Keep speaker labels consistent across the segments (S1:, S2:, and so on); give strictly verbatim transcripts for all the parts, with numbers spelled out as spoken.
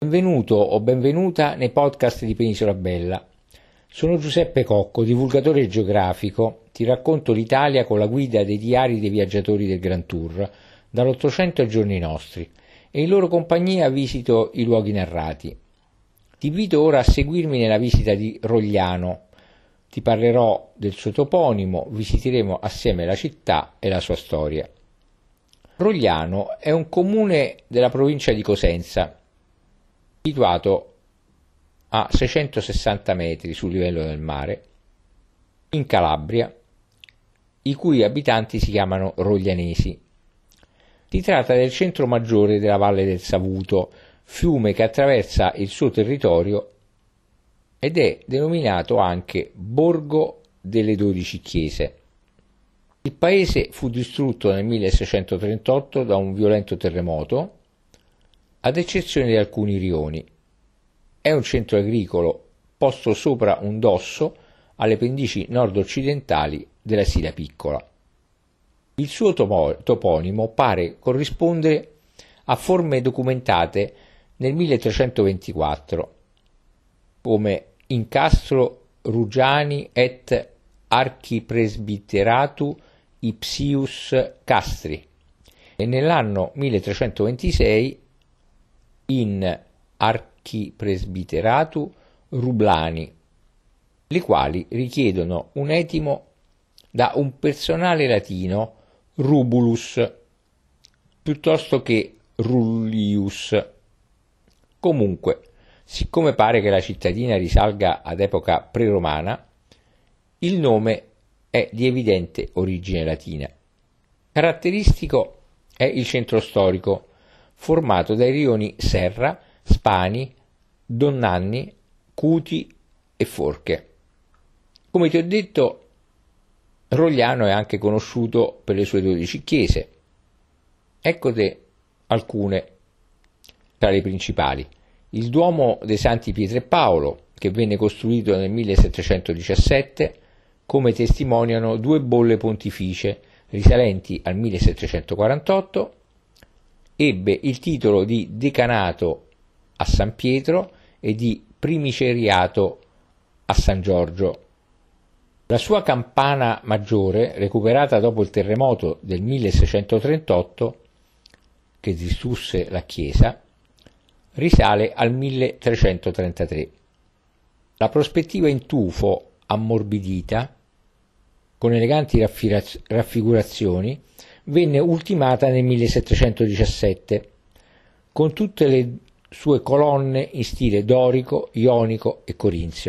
S1: Benvenuto o benvenuta nei podcast di Penisola Bella. Sono Giuseppe Cocco, divulgatore geografico. Ti racconto l'Italia con la guida dei diari dei viaggiatori del Grand Tour, dall'Ottocento ai giorni nostri, e in loro compagnia visito i luoghi narrati. Ti invito ora a seguirmi nella visita di Rogliano. Ti parlerò del suo toponimo, visiteremo assieme la città e la sua storia. Rogliano è un comune della provincia di Cosenza, situato a seicentosessanta metri sul livello del mare, in Calabria, i cui abitanti si chiamano roglianesi. Si tratta del centro maggiore della Valle del Savuto, fiume che attraversa il suo territorio ed è denominato anche Borgo delle Dodici Chiese. Il paese fu distrutto nel milleseicentotrentotto da un violento terremoto, ad eccezione di alcuni rioni. È un centro agricolo posto sopra un dosso alle pendici nord-occidentali della Sila Piccola. Il suo topo- toponimo pare corrispondere a forme documentate nel milletrecentoventiquattro come Incastro Rugiani et Archipresbiteratu Ipsius Castri e nell'anno milletrecentoventisei in Archipresbiteratu Rublani, le quali richiedono un etimo da un personale latino Rubulus piuttosto che Rullius. Comunque, siccome pare che la cittadina risalga ad epoca preromana, il nome è di evidente origine latina. Caratteristico è il centro storico, formato dai rioni Serra, Spani, Donnanni, Cuti e Forche. Come ti ho detto, Rogliano è anche conosciuto per le sue dodici chiese. Eccone alcune tra le principali. Il Duomo dei Santi Pietro e Paolo, che venne costruito nel millesettecentodiciassette, come testimoniano due bolle pontificie risalenti al millesettecentoquarantotto, ebbe il titolo di decanato a San Pietro e di primiceriato a San Giorgio. La sua campana maggiore, recuperata dopo il terremoto del milleseicentotrentotto, che distrusse la chiesa, risale al milletrecentotrentatré. La prospettiva in tufo ammorbidita, con eleganti raffira- raffigurazioni, venne ultimata nel millesettecentodiciassette, con tutte le sue colonne in stile dorico, ionico e corinzio.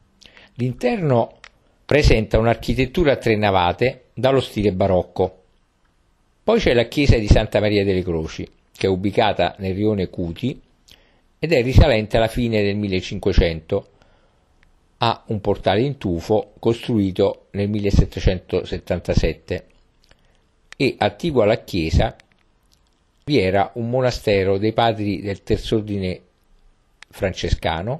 S1: L'interno presenta un'architettura a tre navate dallo stile barocco. Poi c'è la chiesa di Santa Maria delle Croci, che è ubicata nel rione Cuti ed è risalente alla fine del millecinquecento. Ha un portale in tufo costruito nel millesettecentosettantasette e attiguo alla chiesa vi era un monastero dei padri del Terz'Ordine francescano,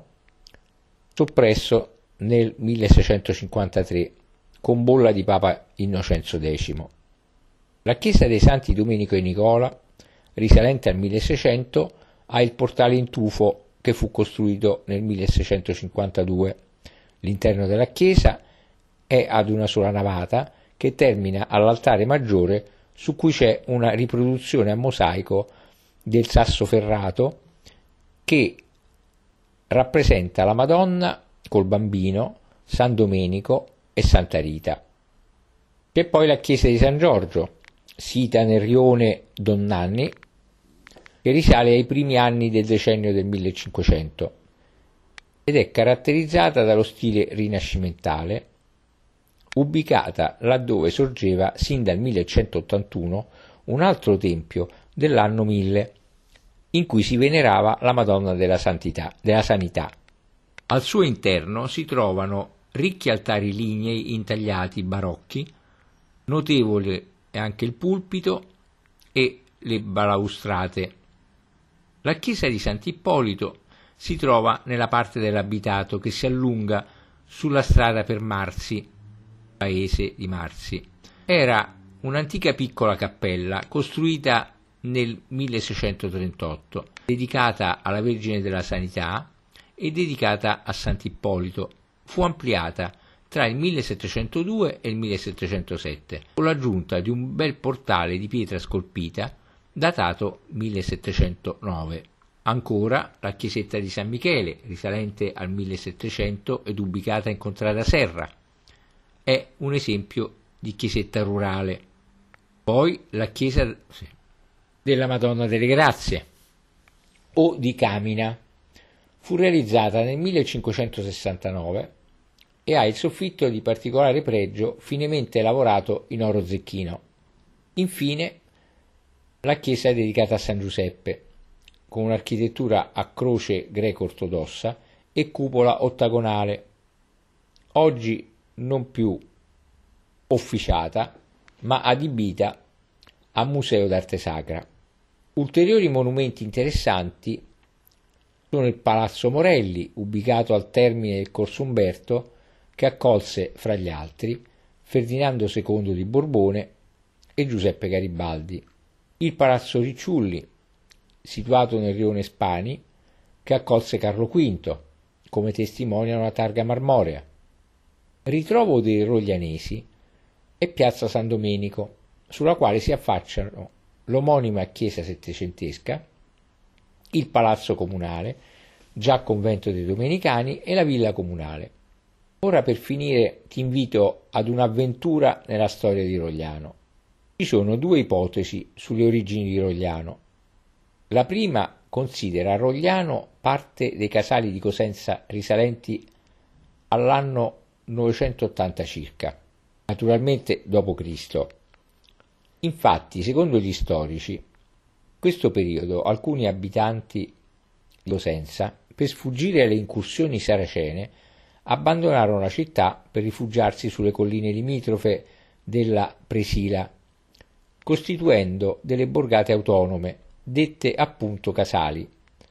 S1: soppresso nel milleseicentocinquantatré con bolla di Papa Innocenzo decimo. La chiesa dei Santi Domenico e Nicola, risalente al milleseicento, ha il portale in tufo che fu costruito nel milleseicentocinquantadue. L'interno della chiesa è ad una sola navata che termina all'altare maggiore, su cui c'è una riproduzione a mosaico del Sassoferrato che rappresenta la Madonna col Bambino, San Domenico e Santa Rita. C'è poi la chiesa di San Giorgio, sita nel rione Donnanni, che risale ai primi anni del decennio del millecinquecento ed è caratterizzata dallo stile rinascimentale, ubicata laddove sorgeva sin dal millecentottantuno un altro tempio dell'anno mille, in cui si venerava la Madonna della Santità, della Sanità. Al suo interno si trovano ricchi altari lignei intagliati barocchi, notevole è anche il pulpito e le balaustrate. La chiesa di Sant'Ippolito si trova nella parte dell'abitato che si allunga sulla strada per Marsi, paese di Marsi. Era un'antica piccola cappella costruita nel milleseicentotrentotto, dedicata alla Vergine della Sanità e dedicata a Sant'Ippolito. Fu ampliata tra il millesettecentodue e il millesettecentosette, con l'aggiunta di un bel portale di pietra scolpita datato millesettecentonove. Ancora la chiesetta di San Michele, risalente al millesettecento ed ubicata in Contrada Serra, è un esempio di chiesetta rurale. Poi la chiesa della Madonna delle Grazie o di Camina fu realizzata nel millecinquecentosessantanove e ha il soffitto di particolare pregio finemente lavorato in oro zecchino. Infine la chiesa è dedicata a San Giuseppe, con un'architettura a croce greco-ortodossa e cupola ottagonale, oggi non più officiata, ma adibita a museo d'arte sacra. Ulteriori monumenti interessanti sono il Palazzo Morelli, ubicato al termine del Corso Umberto, che accolse, fra gli altri, Ferdinando secondo di Borbone e Giuseppe Garibaldi. Il Palazzo Ricciulli, situato nel rione Spani, che accolse Carlo quinto, come testimonia una targa marmorea. Ritrovo dei Roglianesi e Piazza San Domenico, sulla quale si affacciano l'omonima chiesa settecentesca, il Palazzo Comunale, già convento dei Domenicani, e la Villa Comunale. Ora, per finire, ti invito ad un'avventura nella storia di Rogliano. Ci sono due ipotesi sulle origini di Rogliano. La prima considera Rogliano parte dei casali di Cosenza risalenti all'anno novecentottanta circa, naturalmente dopo Cristo. Infatti, secondo gli storici, in questo periodo alcuni abitanti di Cosenza, per sfuggire alle incursioni saracene, abbandonarono la città per rifugiarsi sulle colline limitrofe della Presila, costituendo delle borgate autonome, dette appunto casali,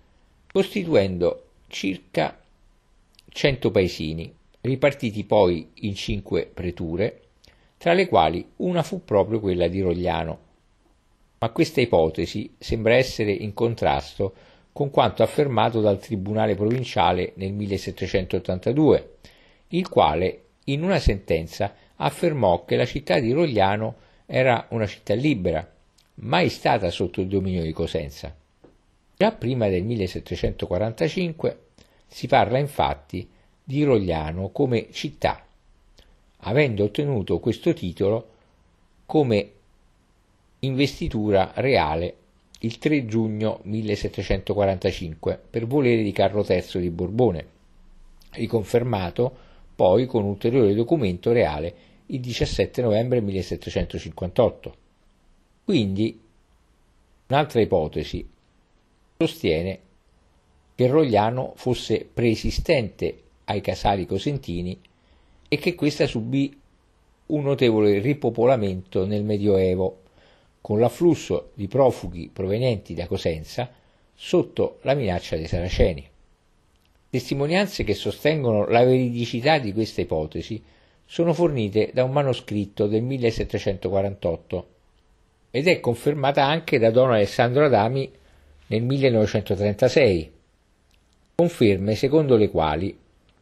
S1: costituendo circa cento paesini, ripartiti poi in cinque preture, tra le quali una fu proprio quella di Rogliano. Ma questa ipotesi sembra essere in contrasto con quanto affermato dal Tribunale provinciale nel millesettecentottantadue, il quale in una sentenza affermò che la città di Rogliano era una città libera, mai stata sotto il dominio di Cosenza. Già prima del millesettecentoquarantacinque si parla infatti di Rogliano come città, avendo ottenuto questo titolo come investitura reale il tre giugno millesettecentoquarantacinque per volere di Carlo terzo di Borbone, riconfermato poi con ulteriore documento reale il diciassette novembre millesettecentocinquantotto. Quindi un'altra ipotesi sostiene che Rogliano fosse preesistente ai casali cosentini e che questa subì un notevole ripopolamento nel Medioevo, con l'afflusso di profughi provenienti da Cosenza sotto la minaccia dei Saraceni. Testimonianze che sostengono la veridicità di questa ipotesi sono fornite da un manoscritto del millesettecentoquarantotto ed è confermata anche da Don Alessandro Adami nel millenovecentotrentasei, conferme secondo le quali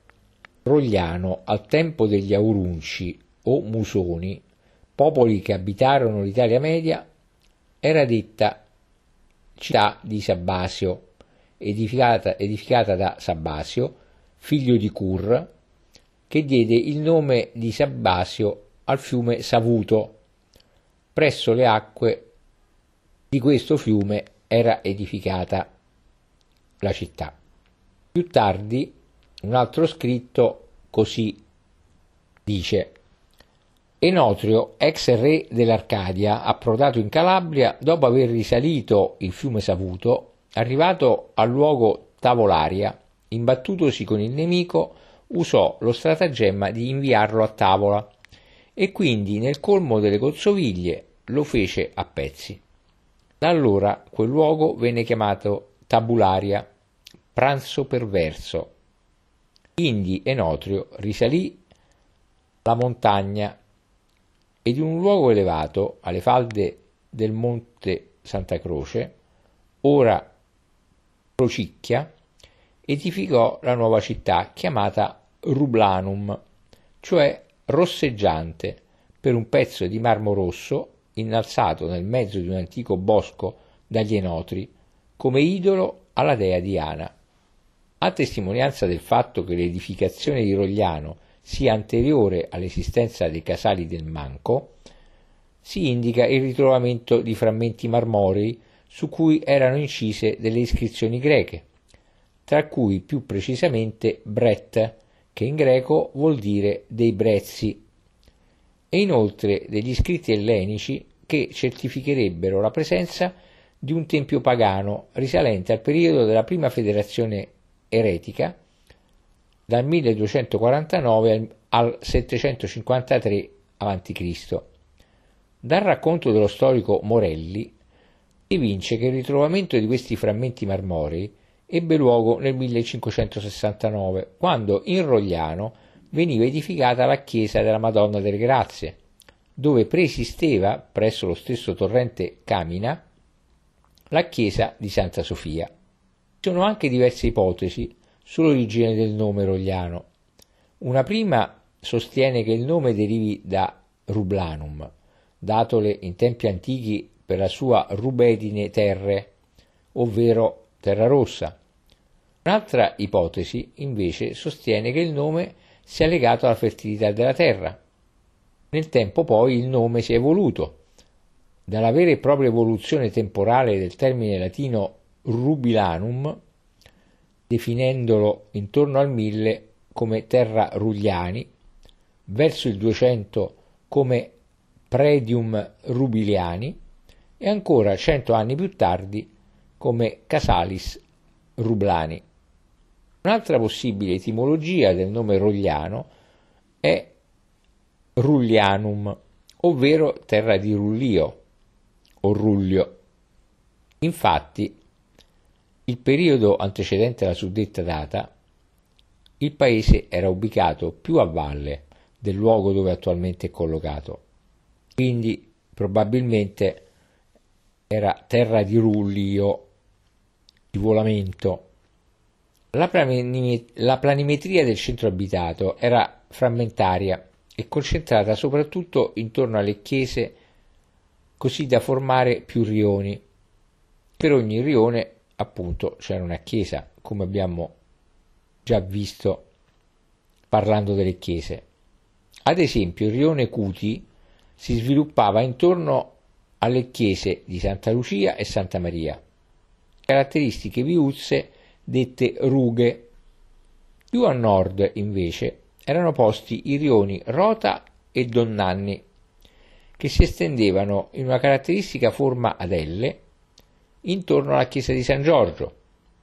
S1: Rogliano al tempo degli Aurunci o Musoni, popoli che abitarono l'Italia media, era detta città di Sabasio, edificata, edificata da Sabasio, figlio di Cur, che diede il nome di Sabasio al fiume Savuto. Presso le acque di questo fiume era edificata la città. Più tardi un altro scritto così dice: Enotrio, ex re dell'Arcadia, approdato in Calabria, dopo aver risalito il fiume Savuto, arrivato al luogo Tavolaria, imbattutosi con il nemico, usò lo stratagemma di inviarlo a tavola e quindi nel colmo delle cozzoviglie lo fece a pezzi. Da allora quel luogo venne chiamato Tabularia, pranzo perverso. Indi Enotrio risalì la montagna ed in un luogo elevato, alle falde del monte Santa Croce, ora Crocicchia, edificò la nuova città chiamata Rublanum, cioè rosseggiante, per un pezzo di marmo rosso innalzato nel mezzo di un antico bosco dagli Enotri, come idolo alla dea Diana. A testimonianza del fatto che l'edificazione di Rogliano sia anteriore all'esistenza dei casali del Manco, si indica il ritrovamento di frammenti marmorei su cui erano incise delle iscrizioni greche, tra cui più precisamente Bret, che in greco vuol dire dei brezzi, e inoltre degli scritti ellenici che certificherebbero la presenza di un tempio pagano risalente al periodo della prima federazione eretica, dal milleduecentoquarantanove al settecentocinquantatré avanti Cristo. Dal racconto dello storico Morelli si evince che il ritrovamento di questi frammenti marmorei ebbe luogo nel millecinquecentosessantanove, quando in Rogliano veniva edificata la chiesa della Madonna delle Grazie, dove preesisteva, presso lo stesso torrente Camina, la chiesa di Santa Sofia. Ci sono anche diverse ipotesi sull'origine del nome Rogliano. Una prima sostiene che il nome derivi da Rublanum, datole in tempi antichi per la sua rubedine terre, ovvero terra rossa. Un'altra ipotesi, invece, sostiene che il nome sia legato alla fertilità della terra. Nel tempo poi il nome si è evoluto, dalla vera e propria evoluzione temporale del termine latino rubilanum, definendolo intorno al mille come terra Rugliani, verso il duecento come predium rubiliani e ancora cento anni più tardi come casalis rublani. Un'altra possibile etimologia del nome Rogliano è Rullianum, ovvero terra di Rullio o Rullio. Infatti, il periodo antecedente alla suddetta data, il paese era ubicato più a valle del luogo dove attualmente è collocato, quindi probabilmente era terra di Rullio, di volamento. La, planimet- la planimetria del centro abitato era frammentaria e concentrata soprattutto intorno alle chiese, così da formare più rioni. Per ogni rione, appunto, c'era una chiesa, come abbiamo già visto parlando delle chiese. Ad esempio, il rione Cuti si sviluppava intorno alle chiese di Santa Lucia e Santa Maria, caratteristiche viuzze dette rughe. Più a nord, invece, erano posti i rioni Rota e Donnanni, che si estendevano in una caratteristica forma ad elle intorno alla chiesa di San Giorgio.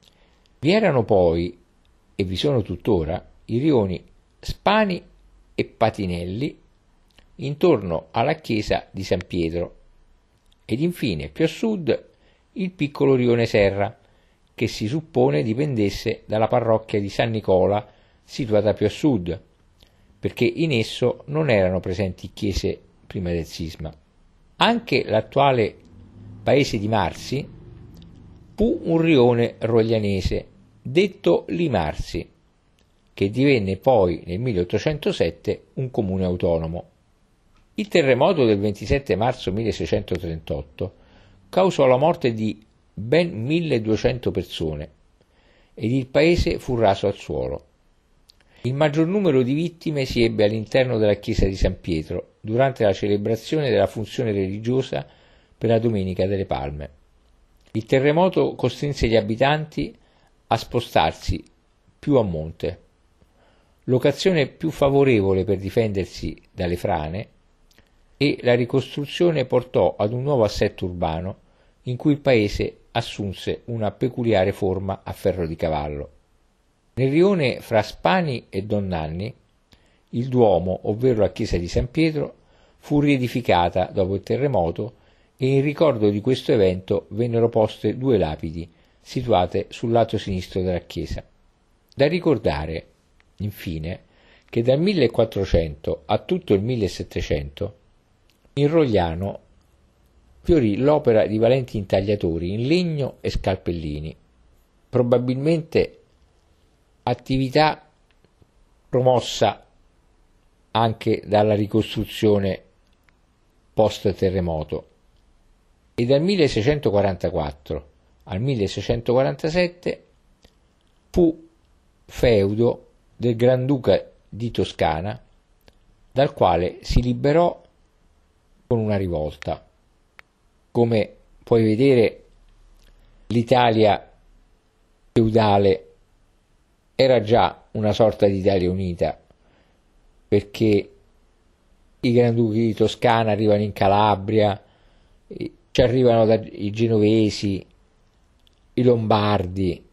S1: Vi erano poi, e vi sono tuttora, i rioni Spani e Patinelli intorno alla chiesa di San Pietro, ed infine più a sud il piccolo rione Serra, che si suppone dipendesse dalla parrocchia di San Nicola situata più a sud, perché in esso non erano presenti chiese prima del sisma. Anche l'attuale paese di Marsi fu un rione roglianese, detto Limarsi, che divenne poi nel milleottocentosette un comune autonomo. Il terremoto del ventisette marzo milleseicentotrentotto causò la morte di ben milleduecento persone ed il paese fu raso al suolo. Il maggior numero di vittime si ebbe all'interno della chiesa di San Pietro durante la celebrazione della funzione religiosa per la Domenica delle Palme. Il terremoto costrinse gli abitanti a spostarsi più a monte. L'occasione più favorevole per difendersi dalle frane, e la ricostruzione portò ad un nuovo assetto urbano in cui il paese assunse una peculiare forma a ferro di cavallo. Nel rione fra Spani e Donnanni, il Duomo, ovvero la chiesa di San Pietro, fu riedificata dopo il terremoto e in ricordo di questo evento vennero poste due lapidi situate sul lato sinistro della chiesa. Da ricordare, infine, che dal millequattrocento a tutto il millesettecento in Rogliano fiorì l'opera di valenti intagliatori in legno e scalpellini, probabilmente attività promossa anche dalla ricostruzione post-terremoto, e dal milleseicentoquarantaquattro al milleseicentoquarantasette fu feudo del Granduca di Toscana, dal quale si liberò con una rivolta. Come puoi vedere, l'Italia feudale era già una sorta di Italia unita, perché i Granduchi di Toscana arrivano in Calabria, ci arrivano i genovesi, i lombardi,